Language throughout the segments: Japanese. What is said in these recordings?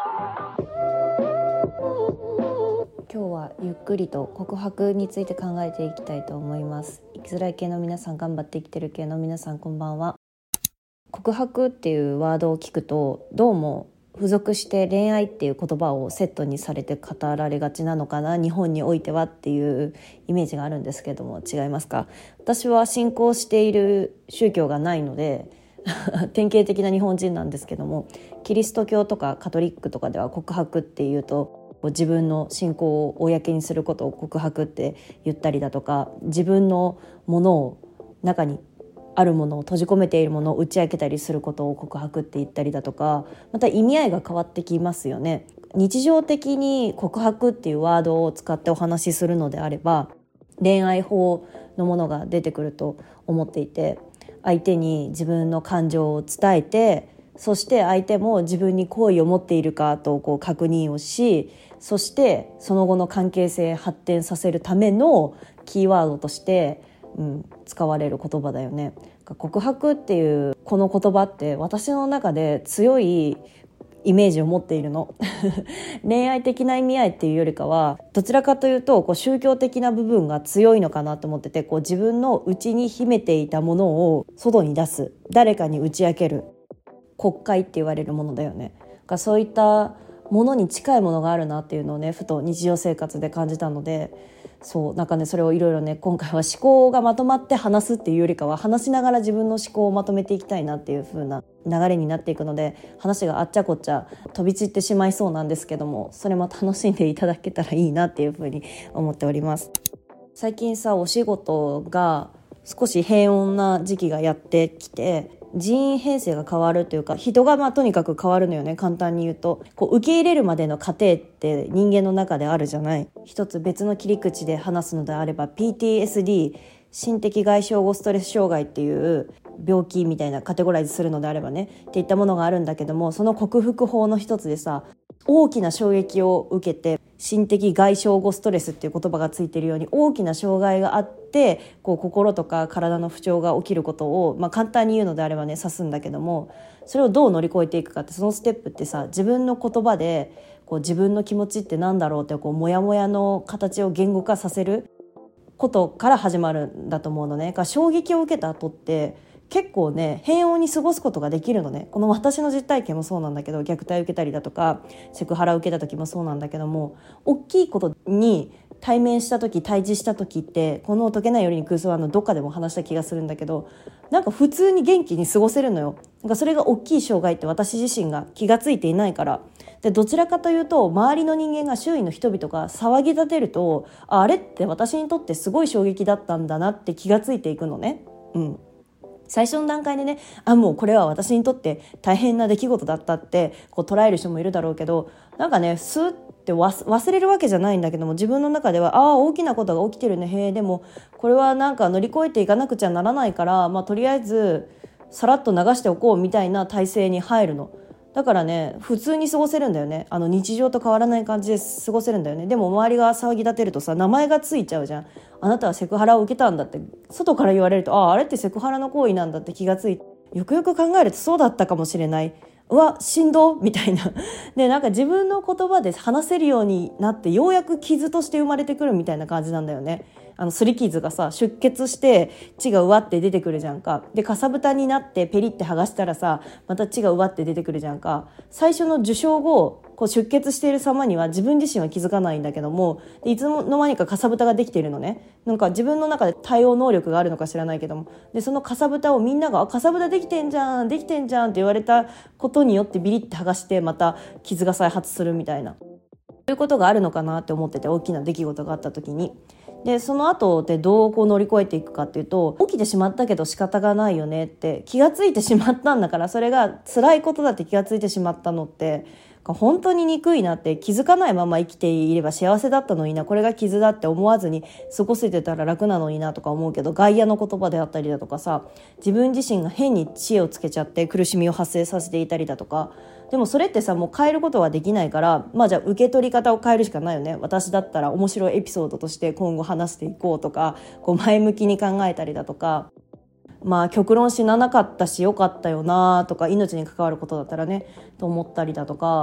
今日はゆっくりと告白について考えていきたいと思います。生きづらい系の皆さん、頑張って生きてる系の皆さん、こんばんは。告白っていうワードを聞くと、どうも付属して恋愛っていう言葉をセットにされて語られがちなのかな、日本においてはっていうイメージがあるんですけれども、違いますか？私は信仰している宗教がないので典型的な日本人なんですけども、キリスト教とかカトリックとかでは告白っていうと、自分の信仰を公にすることを告白って言ったりだとか、自分のものを、中にあるものを、閉じ込めているものを打ち明けたりすることを告白って言ったりだとか、また意味合いが変わってきますよね。日常的に告白っていうワードを使ってお話しするのであれば、恋愛法のものが出てくると思っていて、相手に自分の感情を伝えて、そして相手も自分に好意を持っているかと確認をし、そしてその後の関係性発展させるためのキーワードとして、使われる言葉だよね。告白っていうこの言葉って私の中で強いイメージを持っているの恋愛的な意味合いっていうよりかは、どちらかというと宗教的な部分が強いのかなと思ってて、自分の内に秘めていたものを外に出す、誰かに打ち明ける、告解って言われるものだよね。そういったものに近いものがあるなっていうのをね、ふと日常生活で感じたので、それをいろいろね、今回は思考がまとまって話すっていうよりかは、話しながら自分の思考をまとめていきたいなっていう風な流れになっていくので、話があっちゃこっちゃ飛び散ってしまいそうなんですけども、それも楽しんでいただけたらいいなっていう風に思っております。最近お仕事が少し平穏な時期がやってきて、人員編成が変わるというか、人がとにかく変わるのよね。簡単に言うと、受け入れるまでの過程って人間の中であるじゃない。一つ別の切り口で話すのであれば、 PTSD、 心的外傷後ストレス障害っていう病気みたいなカテゴライズするのであればね、っていったものがあるんだけども、その克服法の一つで大きな衝撃を受けて、心的外傷後ストレスっていう言葉がついているように、大きな障害があって心とか体の不調が起きることを、簡単に言うのであればね、指すんだけども、それをどう乗り越えていくかって、そのステップって自分の言葉で自分の気持ちってなんだろうってモヤモヤの形を言語化させることから始まるんだと思うのね。衝撃を受けた後って結構ね、平穏に過ごすことができるのね。この私の実体験もそうなんだけど、虐待を受けたりだとかセクハラを受けた時もそうなんだけども、大きいことに対面した時、対峙した時って、この解けないよりに空想はどっかでも話した気がするんだけど、普通に元気に過ごせるのよ。それが大きい障害って私自身が気がついていないから。で、どちらかというと、周りの人間が、周囲の人々が騒ぎ立てると、あれって私にとってすごい衝撃だったんだなって気がついていくのね。最初の段階でね、もうこれは私にとって大変な出来事だったって捉える人もいるだろうけど、スーって忘れるわけじゃないんだけども、自分の中では大きなことが起きてるね、でもこれは乗り越えていかなくちゃならないから、とりあえずさらっと流しておこうみたいな体制に入るの。だからね、普通に過ごせるんだよね。日常と変わらない感じで過ごせるんだよね。でも周りが騒ぎ立てると名前がついちゃうじゃん。あなたはセクハラを受けたんだって外から言われると、あれってセクハラの行為なんだって気がついて、よくよく考えるとそうだったかもしれない。うわ、しんどみたいな。で、自分の言葉で話せるようになって、ようやく傷として生まれてくるみたいな感じなんだよね。擦り傷が出血して血がうわって出てくるじゃんか。で、かさぶたになってペリって剥がしたらまた血がうわって出てくるじゃんか。最初の受傷後出血している様には自分自身は気づかないんだけども、いつの間にかかさぶたができているのね。自分の中で対応能力があるのか知らないけども、でそのかさぶたをみんながかさぶたできてんじゃんできてんじゃんって言われたことによってビリって剥がして、また傷が再発するみたいな、そういうことがあるのかなって思ってて、大きな出来事があった時に。でその後でどう乗り越えていくかっていうと、起きてしまったけど仕方がないよねって気がついてしまったんだから、それが辛いことだって気がついてしまったのって本当に憎いなって。気づかないまま生きていれば幸せだったのにな、これが傷だって思わずに過ごせてたら楽なのになとか思うけど、外野の言葉であったりだとか自分自身が変に知恵をつけちゃって苦しみを発生させていたりだとか、でもそれってもう変えることはできないから、じゃあ受け取り方を変えるしかないよね。私だったら面白いエピソードとして今後話していこうとか、前向きに考えたりだとか、極論死ななかったしよかったよなとか、命に関わることだったらねと思ったりだとか、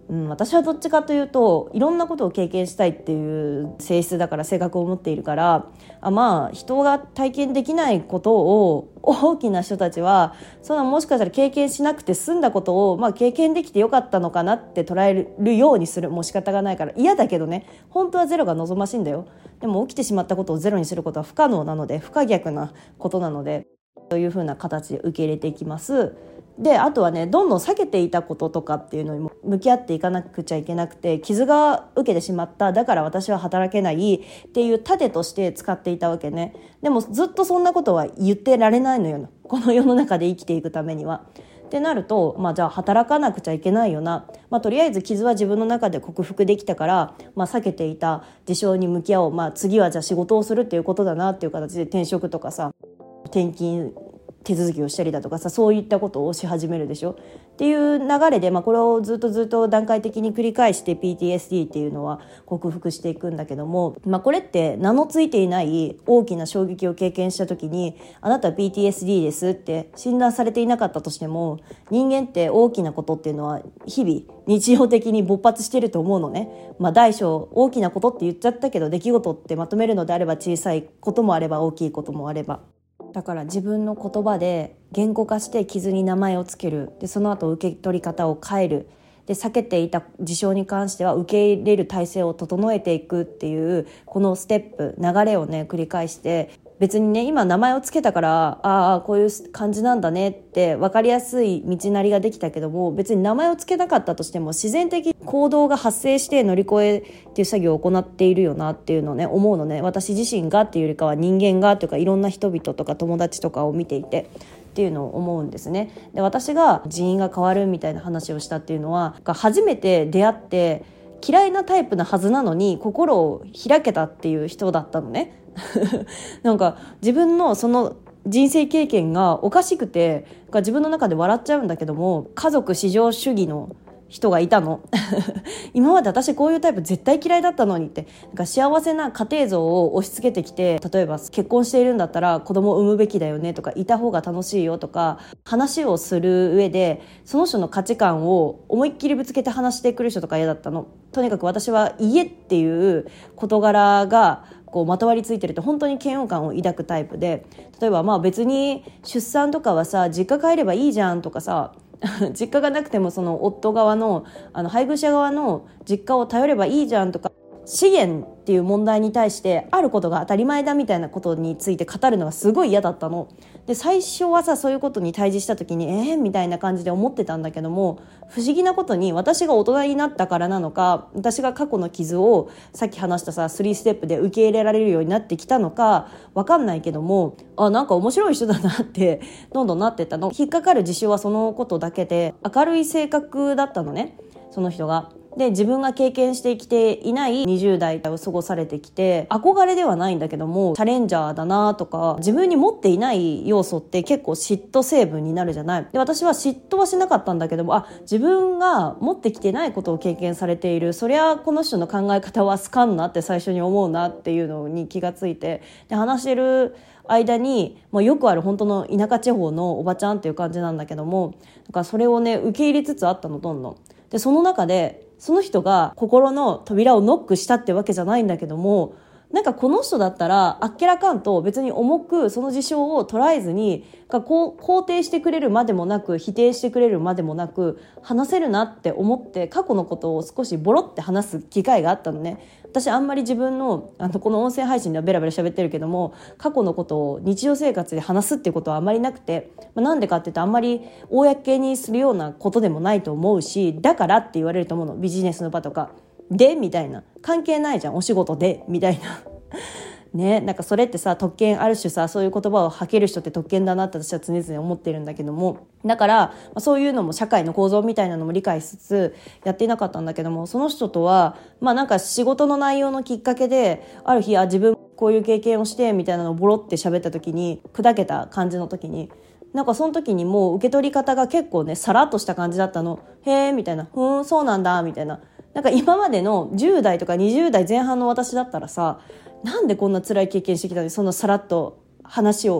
私はどっちかというといろんなことを経験したいっていう性質だから、性格を持っているから、人が体験できないことを大きな人たちはもしかしたら経験しなくて済んだことを、経験できてよかったのかなって捉えるようにする。もう仕方がないから。嫌だけどね、本当はゼロが望ましいんだよ。でも起きてしまったことをゼロにすることは不可能なので、不可逆なことなので、そういうふうな形で受け入れていきます。であとはね、どんどん避けていたこととかっていうのにも向き合っていかなくちゃいけなくて、傷が受けてしまった、だから私は働けないっていう盾として使っていたわけね。でもずっとそんなことは言ってられないのよ、この世の中で生きていくためには。ってなると、じゃあ働かなくちゃいけないよな、とりあえず傷は自分の中で克服できたから、避けていた事象に向き合おう、次はじゃあ仕事をするっていうことだなっていう形で転職とかさ、転勤手続きをしたりだとかさ、そういったことをし始めるでしょっていう流れで、これをずっと段階的に繰り返して PTSD っていうのは克服していくんだけども、これって名のついていない大きな衝撃を経験した時に、あなたは PTSD ですって診断されていなかったとしても、人間って大きなことっていうのは日々日常的に勃発してると思うのね。大小大きなことって言っちゃったけど、出来事ってまとめるのであれば小さいこともあれば大きいこともあれば、だから自分の言葉で言語化して傷に名前をつける。でその後受け取り方を変える。で避けていた事象に関しては受け入れる体制を整えていくっていう、このステップ流れをね繰り返して、別にね今名前をつけたからこういう感じなんだねって分かりやすい道なりができたけども、別に名前をつけなかったとしても自然的行動が発生して乗り越えっていう作業を行っているよなっていうのをね思うのね。私自身がっていうよりかは人間がというか、いろんな人々とか友達とかを見ていてっていうのを思うんですね。で私が人員が変わるみたいな話をしたっていうのは、初めて出会って嫌いなタイプなはずなのに心を開けたっていう人だったのね自分のその人生経験がおかしくて自分の中で笑っちゃうんだけども、家族至上主義の人がいたの今まで私こういうタイプ絶対嫌いだったのにって、幸せな家庭像を押し付けてきて、例えば結婚しているんだったら子供を産むべきだよねとか、いた方が楽しいよとか、話をする上でその人の価値観を思いっきりぶつけて話してくる人とか嫌だったの。とにかく私は家っていう事柄がまとわりついてると本当に嫌悪感を抱くタイプで、例えば別に出産とかはさ実家帰ればいいじゃんとかさ実家がなくてもその夫側の配偶者側の実家を頼ればいいじゃんとか、資源っていう問題に対してあることが当たり前だみたいなことについて語るのがすごい嫌だったので、最初はさそういうことに対峙した時にみたいな感じで思ってたんだけども、不思議なことに私が大人になったからなのか、私が過去の傷をさっき話したさ3ステップで受け入れられるようになってきたのか分かんないけども、なんか面白い人だなってどんどんなってったの。引っかかる事象はそのことだけで、明るい性格だったのねその人が。で自分が経験してきていない20代を過ごされてきて、憧れではないんだけどもチャレンジャーだなとか、自分に持っていない要素って結構嫉妬成分になるじゃない。で私は嫉妬はしなかったんだけども、自分が持ってきてないことを経験されている、そりゃこの人の考え方は好かんなって最初に思うなっていうのに気がついて、で話してる間に、よくある本当の田舎地方のおばちゃんっていう感じなんだけども、それをね受け入れつつあったのどんどん。でその中でその人が心の扉をノックしたってわけじゃないんだけども、この人だったらあっけらかんと別に重くその事象を捉えずに肯定してくれるまでもなく否定してくれるまでもなく話せるなって思って、過去のことを少しボロって話す機会があったのね。私あんまり自分のこの音声配信ではベラベラ喋ってるけども、過去のことを日常生活で話すっていうことはあんまりなくて、なんでかって言うとあんまり公にするようなことでもないと思うし、だからって言われると思うの。ビジネスの場とかでみたいな、関係ないじゃんお仕事でみたいなね、それってさ特権ある種さ、そういう言葉を吐ける人って特権だなって私は常々思ってるんだけども、だからそういうのも社会の構造みたいなのも理解しつつやっていなかったんだけども、その人とは仕事の内容のきっかけである日自分こういう経験をしてみたいなのをボロって喋った時に、砕けた感じの時にその時にもう受け取り方が結構ねさらっとした感じだったの。へーみたいな、そうなんだみたいな。今までの10代とか20代前半の私だったらさ、なんでこんな辛い経験してきたのにそんなさらっと話を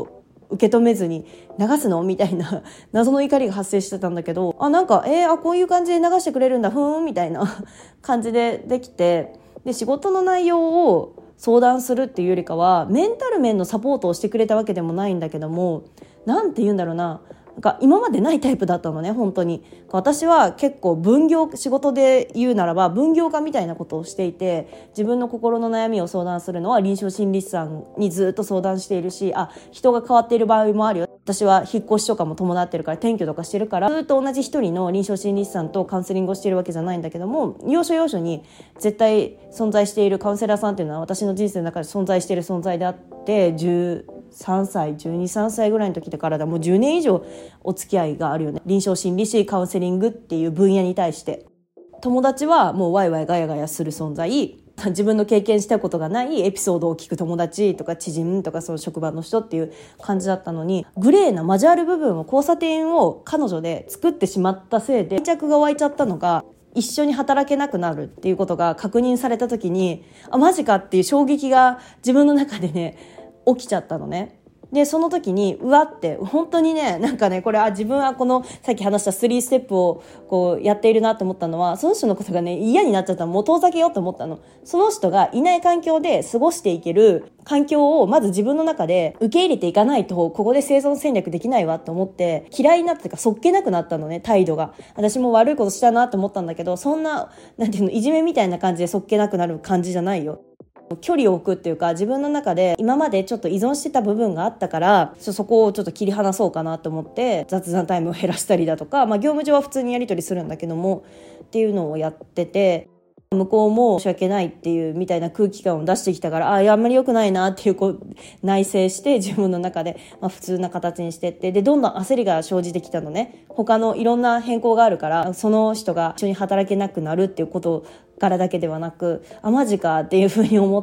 受け止めずに流すのみたいな謎の怒りが発生してたんだけど、なんかこういう感じで流してくれるんだみたいな感じでできて、で仕事の内容を相談するっていうよりかはメンタル面のサポートをしてくれたわけでもないんだけども、なんて言うんだろうな、なんか今までないタイプだったのね。本当に私は結構仕事で言うならば分業化みたいなことをしていて、自分の心の悩みを相談するのは臨床心理士さんにずっと相談しているし、人が変わっている場合もあるよ。私は引っ越しとかも伴ってるから、転居とかしてるから、ずっと同じ一人の臨床心理士さんとカウンセリングをしているわけじゃないんだけども、要所要所に絶対存在しているカウンセラーさんっていうのは私の人生の中で存在している存在であって、13歳12、3歳ぐらいの時だからだ、もう10年以上お付き合いがあるよね。臨床心理士カウンセリングっていう分野に対して友達はもうワイワイガヤガヤする存在、自分の経験したことがないエピソードを聞く友達とか知人とかその職場の人っていう感じだったのに、グレーな交わる部分を交差点を彼女で作ってしまったせいで愛着が湧いちゃったのが、一緒に働けなくなるっていうことが確認された時に、マジかっていう衝撃が自分の中でね起きちゃったのね。でその時にうわって本当にね、なんかねこれ自分はこのさっき話した3ステップをこうやっているなと思ったのは、その人のことがね嫌になっちゃったらもう遠ざけようと思ったの。その人がいない環境で過ごしていける環境をまず自分の中で受け入れていかないと、ここで生存戦略できないわと思って、嫌いになったというかそっけなくなったのね、態度が。私も悪いことしたなと思ったんだけど、そんななんていうの、いじめみたいな感じでそっけなくなる感じじゃないよ。距離を置くっていうか、自分の中で今までちょっと依存してた部分があったから、そこをちょっと切り離そうかなと思って雑談タイムを減らしたりだとか、業務上は普通にやり取りするんだけどもっていうのをやってて、向こうも申し訳ないっていうみたいな空気感を出してきたから、あんまり良くないなっていう内省して自分の中で、普通な形にしてって、でどんどん焦りが生じてきたのね。他のいろんな変更があるから、その人が一緒に働けなくなるっていうことからだけではなく、マジかっていうふうに思って、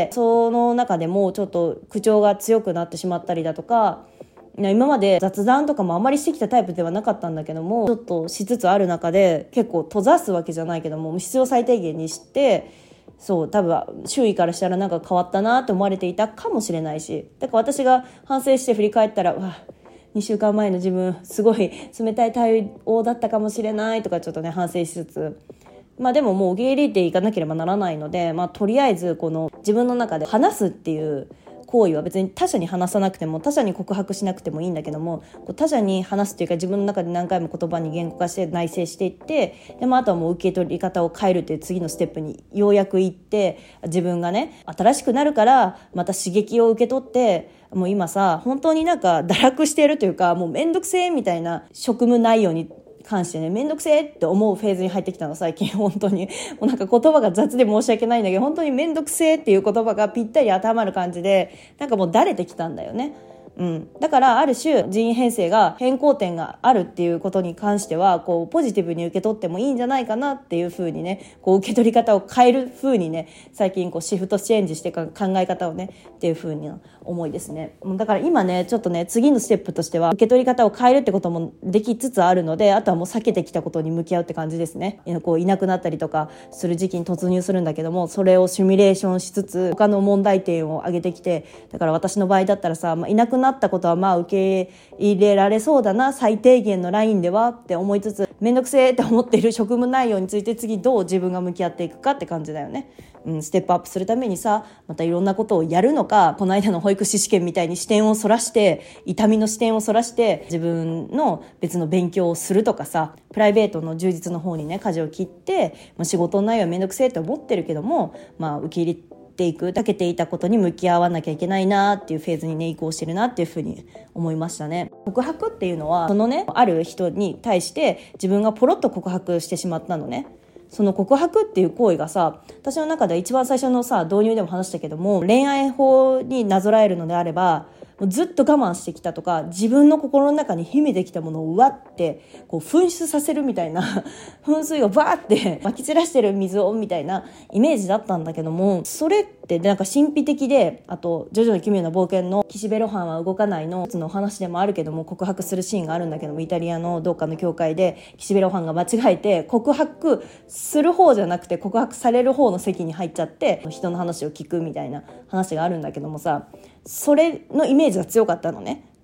その中でもちょっと口調が強くなってしまったりだとか、今まで雑談とかもあんまりしてきたタイプではなかったんだけども、ちょっとしつつある中で結構閉ざすわけじゃないけども必要最低限にして、多分周囲からしたらなんか変わったなと思われていたかもしれないし、だから私が反省して振り返ったら、2週間前の自分すごい冷たい対応だったかもしれないとかちょっとね反省しつつ、でももう受け入れていかなければならないので、とりあえずこの自分の中で話すっていう行為は別に他者に話さなくても他者に告白しなくてもいいんだけども、他者に話すっていうか自分の中で何回も言葉に言語化して内省していって、であとはもう受け取り方を変えるっていう次のステップにようやく行って、自分がね新しくなるからまた刺激を受け取って、もう今さ本当になんか堕落しているというか、もうめんどくせえみたいな職務内容に関してね、めんどくせえって思うフェーズに入ってきたの最近。本当にもうなんか言葉が雑で申し訳ないんだけど、本当にめんどくせえっていう言葉がぴったり当てはまる感じで、なんかもう慣れてきたんだよね。だからある種人員編成が変更点があるっていうことに関してはポジティブに受け取ってもいいんじゃないかなっていう風にね、受け取り方を変える風にね、最近シフトチェンジして考え方をねっていう風に思いですね。だから今ねちょっとね次のステップとしては受け取り方を変えるってこともできつつあるので、あとはもう避けてきたことに向き合うって感じですね。いなくなったりとかする時期に突入するんだけども、それをシミュレーションしつつ他の問題点を挙げてきて、だから私の場合だったらさ、いなくなったことは受け入れられそうだな、最低限のラインではって思いつつ、めんどくせえって思っている職務内容について次どう自分が向き合っていくかって感じだよね。ステップアップするためにさ、またいろんなことをやるのか、この間の保育士試験みたいに視点をそらして、痛みの視点をそらして自分の別の勉強をするとかさ、プライベートの充実の方にね舵を切って、仕事の内容はめんどくせえって思ってるけども、受け入れていく、避けていたことに向き合わなきゃいけないなっていうフェーズにね移行してるなっていうふうに思いましたね。告白っていうのはそのねある人に対して自分がポロッと告白してしまったのね。その告白っていう行為がさ、私の中では一番最初のさ導入でも話したけども、恋愛法になぞらえるのであれば、もうずっと我慢してきたとか自分の心の中に秘めてきたものをうわって噴出させるみたいな噴水をバーって撒き散らしてる水をみたいなイメージだったんだけども、それってなんか神秘的で、あとジョジョの奇妙な冒険の岸辺露伴は動かないのお話でもあるけども、告白するシーンがあるんだけども、イタリアのどっかの教会で岸辺露伴が間違えて告白する方じゃなくて告白される方の席に入っちゃって人の話を聞くみたいな話があるんだけどもさ、それのイメージが強かったのね。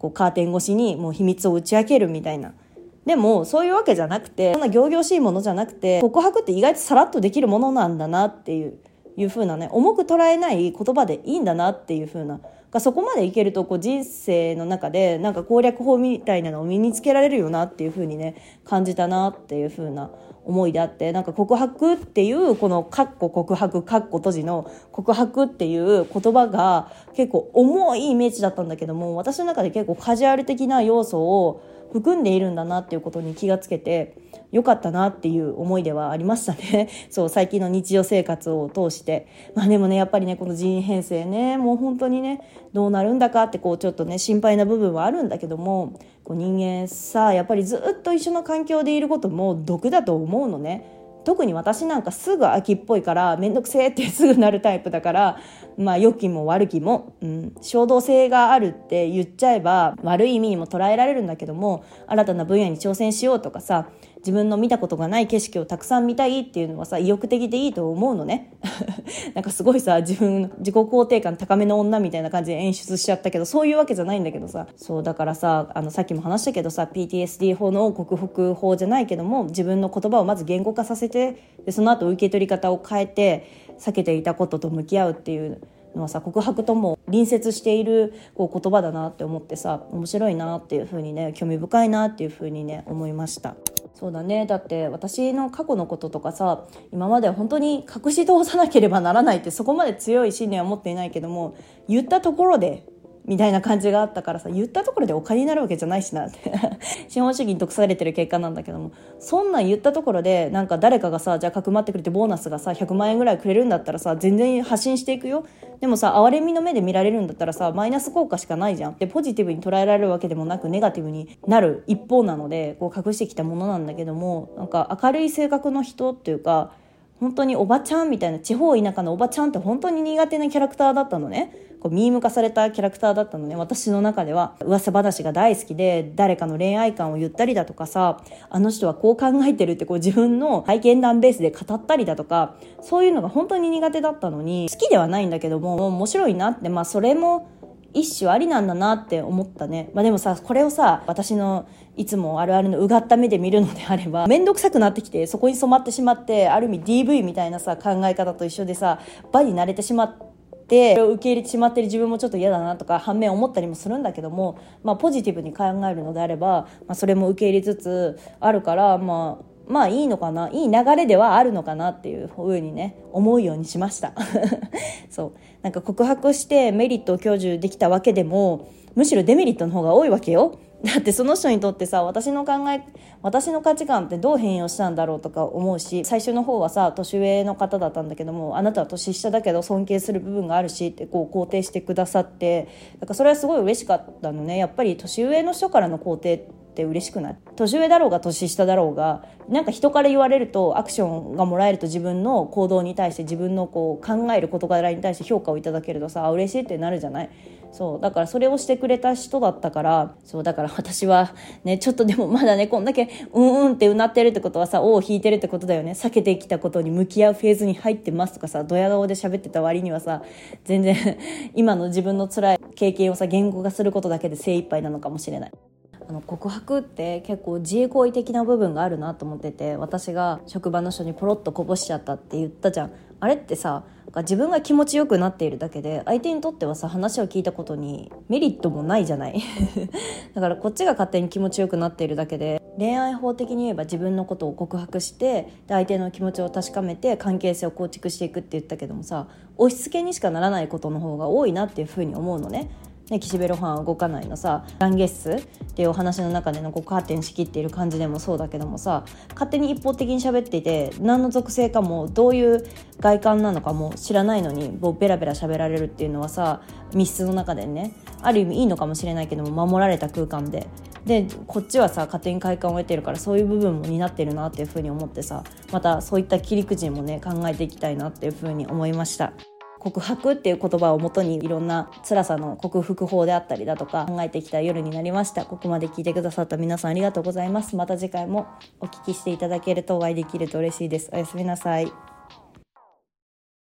こうカーテン越しにもう秘密を打ち明けるみたいな。でもそういうわけじゃなくて、そんな仰々しいものじゃなくて、告白って意外とさらっとできるものなんだなっていう風なね、重く捉えない言葉でいいんだなっていう風な、そこまでいけるとこう人生の中でなんか攻略法みたいなのを身につけられるよなっていう風にね感じたなっていう風な思いであって、なんか告白っていうこのカッコ告白カッコ閉じの告白っていう言葉が結構重いイメージだったんだけども、私の中で結構カジュアル的な要素を含んでいるんだなっていうことに気がつけてよかったなっていう思いではありましたね。そう、最近の日常生活を通して。でもね、やっぱりね、この人員編成ね、もう本当にね、どうなるんだかってこうちょっとね、心配な部分はあるんだけども、こう人間さ、やっぱりずっと一緒の環境でいることも毒だと思うのね。特に私なんかすぐ秋っぽいからめんどくせえってすぐなるタイプだから、良きも悪きも、衝動性があるって言っちゃえば悪い意味にも捉えられるんだけども、新たな分野に挑戦しようとかさ、自分の見たことがない景色をたくさん見たいっていうのはさ、意欲的でいいと思うのね。なんかすごいさ、自己肯定感高めの女みたいな感じで演出しちゃったけど、そういうわけじゃないんだけどさ。そうだからさ、さっきも話したけどさ、 PTSD 法の克服法じゃないけども、自分の言葉をまず言語化させて、でその後受け取り方を変えて避けていたことと向き合うっていうのはさ、告白とも隣接しているこう言葉だなって思ってさ、面白いなっていう風にね、興味深いなっていう風にね思いました。そうだね、だって私の過去のこととかさ、今までは本当に隠し通さなければならないってそこまで強い信念は持っていないけども、言ったところでみたいな感じがあったからさ、言ったところでお金になるわけじゃないしなって資本主義に毒されてる結果なんだけども、そんなん言ったところでなんか誰かがさ、じゃあかくまってくれてボーナスがさ100万円ぐらいくれるんだったらさ、全然発信していくよ。でもさ、哀れみの目で見られるんだったらさ、マイナス効果しかないじゃん。でポジティブに捉えられるわけでもなく、ネガティブになる一方なので、こう隠してきたものなんだけども、なんか明るい性格の人っていうか、本当におばちゃんみたいな、地方田舎のおばちゃんって本当に苦手なキャラクターだったのね。こうミーム化されたキャラクターだったのね、私の中では。噂話が大好きで、誰かの恋愛観を言ったりだとかさ、あの人はこう考えてるってこう自分の体験談ベースで語ったりだとか、そういうのが本当に苦手だったのに、好きではないんだけども面白いなって、それも一種ありなんだなって思ったね。でもさ、これをさ、私のいつもあるあるのうがった目で見るのであれば、めんどくさくなってきて、そこに染まってしまって、ある意味 DV みたいなさ考え方と一緒でさ、場に慣れてしまって、それを受け入れてしまってる自分もちょっと嫌だなとか反面思ったりもするんだけども、ポジティブに考えるのであれば、それも受け入れつつあるから、いいのかな、いい流れではあるのかなっていうふうにね思うようにしましたそう、なんか告白してメリットを享受できたわけでも、むしろデメリットの方が多いわけよ。だってその人にとってさ、私の価値観ってどう変容したんだろうとか思うし、最初の方はさ年上の方だったんだけども、あなたは年下だけど尊敬する部分があるしってこう肯定してくださって、だからそれはすごい嬉しかったのね。やっぱり年上の人からの肯定って嬉しくない？年上だろうが年下だろうが、なんか人から言われると、アクションがもらえると、自分の行動に対して、自分のこう考える事柄に対して評価をいただけるとさ、嬉しいってなるじゃない。そうだからそれをしてくれた人だったから、そうだから私はね、ちょっとでもまだね、こんだけってうなってるってことはさ、尾を引いてるってことだよね。避けてきたことに向き合うフェーズに入ってますとかさ、ドヤ顔で喋ってた割にはさ、全然今の自分の辛い経験をさ言語化することだけで精一杯なのかもしれない。告白って結構自衛行為的な部分があるなと思ってて、私が職場の人にポロッとこぼしちゃったって言ったじゃん。あれってさ、自分が気持ちよくなっているだけで、相手にとってはさ、話を聞いたことにメリットもないじゃないだからこっちが勝手に気持ちよくなっているだけで、恋愛法的に言えば自分のことを告白して、で相手の気持ちを確かめて関係性を構築していくって言ったけどもさ、押し付けにしかならないことの方が多いなっていうふうに思うのね。岸辺露伴は動かないのさ、断月数っていうお話の中でのカーテン仕切っている感じでもそうだけどもさ、勝手に一方的に喋っていて、何の属性かもどういう外観なのかも知らないのにベラベラ喋られるっていうのはさ、密室の中でね、ある意味いいのかもしれないけども、守られた空間でこっちはさ勝手に快感を得てるから、そういう部分も担ってるなっていうふうに思ってさ、またそういった切り口もね考えていきたいなっていうふうに思いました。告白っていう言葉をもとにいろんな辛さの克服法であったりだとか考えてきた夜になりました。ここまで聞いてくださった皆さんありがとうございます。また次回もお聞きしていただけるとお会いできると嬉しいです。おやすみなさい。